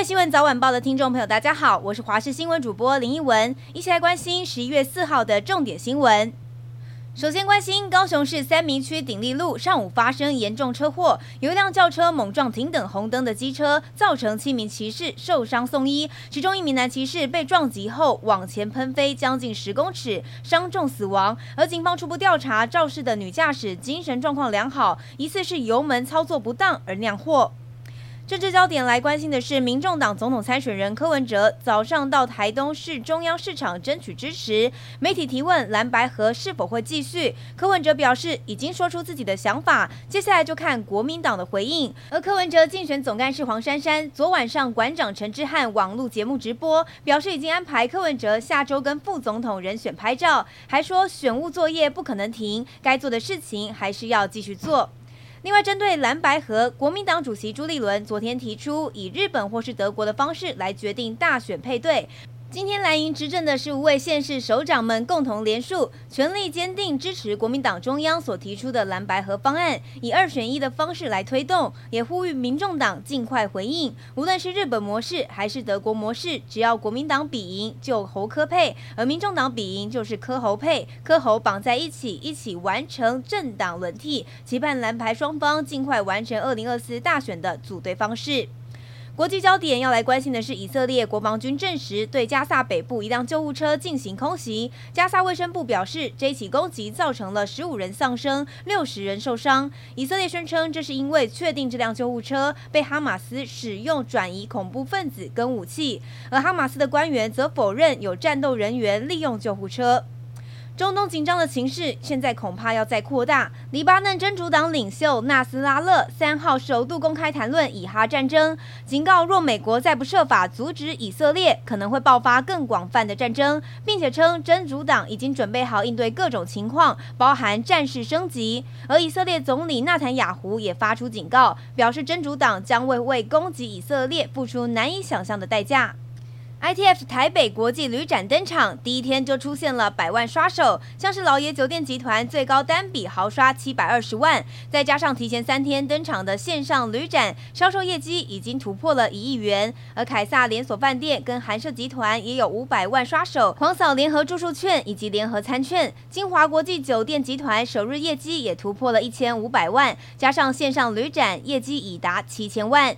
新闻早晚报的听众朋友，大家好，我是华视新闻主播林一文，一起来关心11月4号的重点新闻。首先关心高雄市三民区鼎立路上午发生严重车祸，有一辆轿车猛撞停等红灯的机车，造成7名骑士受伤送医，其中1名男骑士被撞击后往前喷飞将近10公尺，伤重死亡。而警方初步调查，肇事的女驾驶精神状况良好，疑似是油门操作不当而酿祸。政治焦点来关心的是，民众党总统参选人柯文哲早上到台东市中央市场争取支持。媒体提问蓝白合是否会继续，柯文哲表示已经说出自己的想法，接下来就看国民党的回应。而柯文哲竞选总干事黄珊珊昨晚上馆长陈之汉网路节目直播，表示已经安排柯文哲下周跟副总统人选拍照，还说选务作业不可能停，该做的事情还是要继续做。另外，针对蓝白合，国民党主席朱立伦昨天提出以日本或是德国的方式来决定大选配对。今天蓝营执政的15位县市首长们共同联署，全力坚定支持国民党中央所提出的蓝白合方案，以2选1的方式来推动，也呼吁民众党尽快回应。无论是日本模式还是德国模式，只要国民党比赢就侯柯配，而民众党比赢就是柯侯配，柯侯绑在一起完成政党轮替，期盼蓝白双方尽快完成2024大选的组队方式。国际焦点要来关心的是，以色列国防军证实对加萨北部一辆救护车进行空袭。加萨卫生部表示，这一起攻击造成了15人丧生，60人受伤。以色列宣称，这是因为确定这辆救护车被哈马斯使用转移恐怖分子跟武器，而哈马斯的官员则否认有战斗人员利用救护车。中东紧张的情势现在恐怕要再扩大。黎巴嫩真主党领袖纳斯拉勒3号首度公开谈论以哈战争，警告若美国再不设法阻止以色列，可能会爆发更广泛的战争，并且称真主党已经准备好应对各种情况，包含战事升级。而以色列总理纳坦雅胡也发出警告，表示真主党将会为攻击以色列付出难以想象的代价。ITF 台北国际旅展登场，第一天就出现了100万刷手，像是老爷酒店集团最高单笔豪刷720万，再加上提前3天登场的线上旅展，销售业绩已经突破了1亿元。而凯撒连锁饭店跟韩舍集团也有500万刷手，狂扫联合住宿券以及联合餐券。金华国际酒店集团首日业绩也突破了1500万，加上线上旅展业绩已达7000万。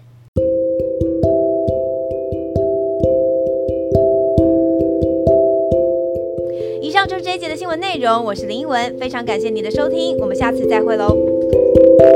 以上就是这一节的新闻内容，我是林一文，非常感谢你的收听，我们下次再会喽。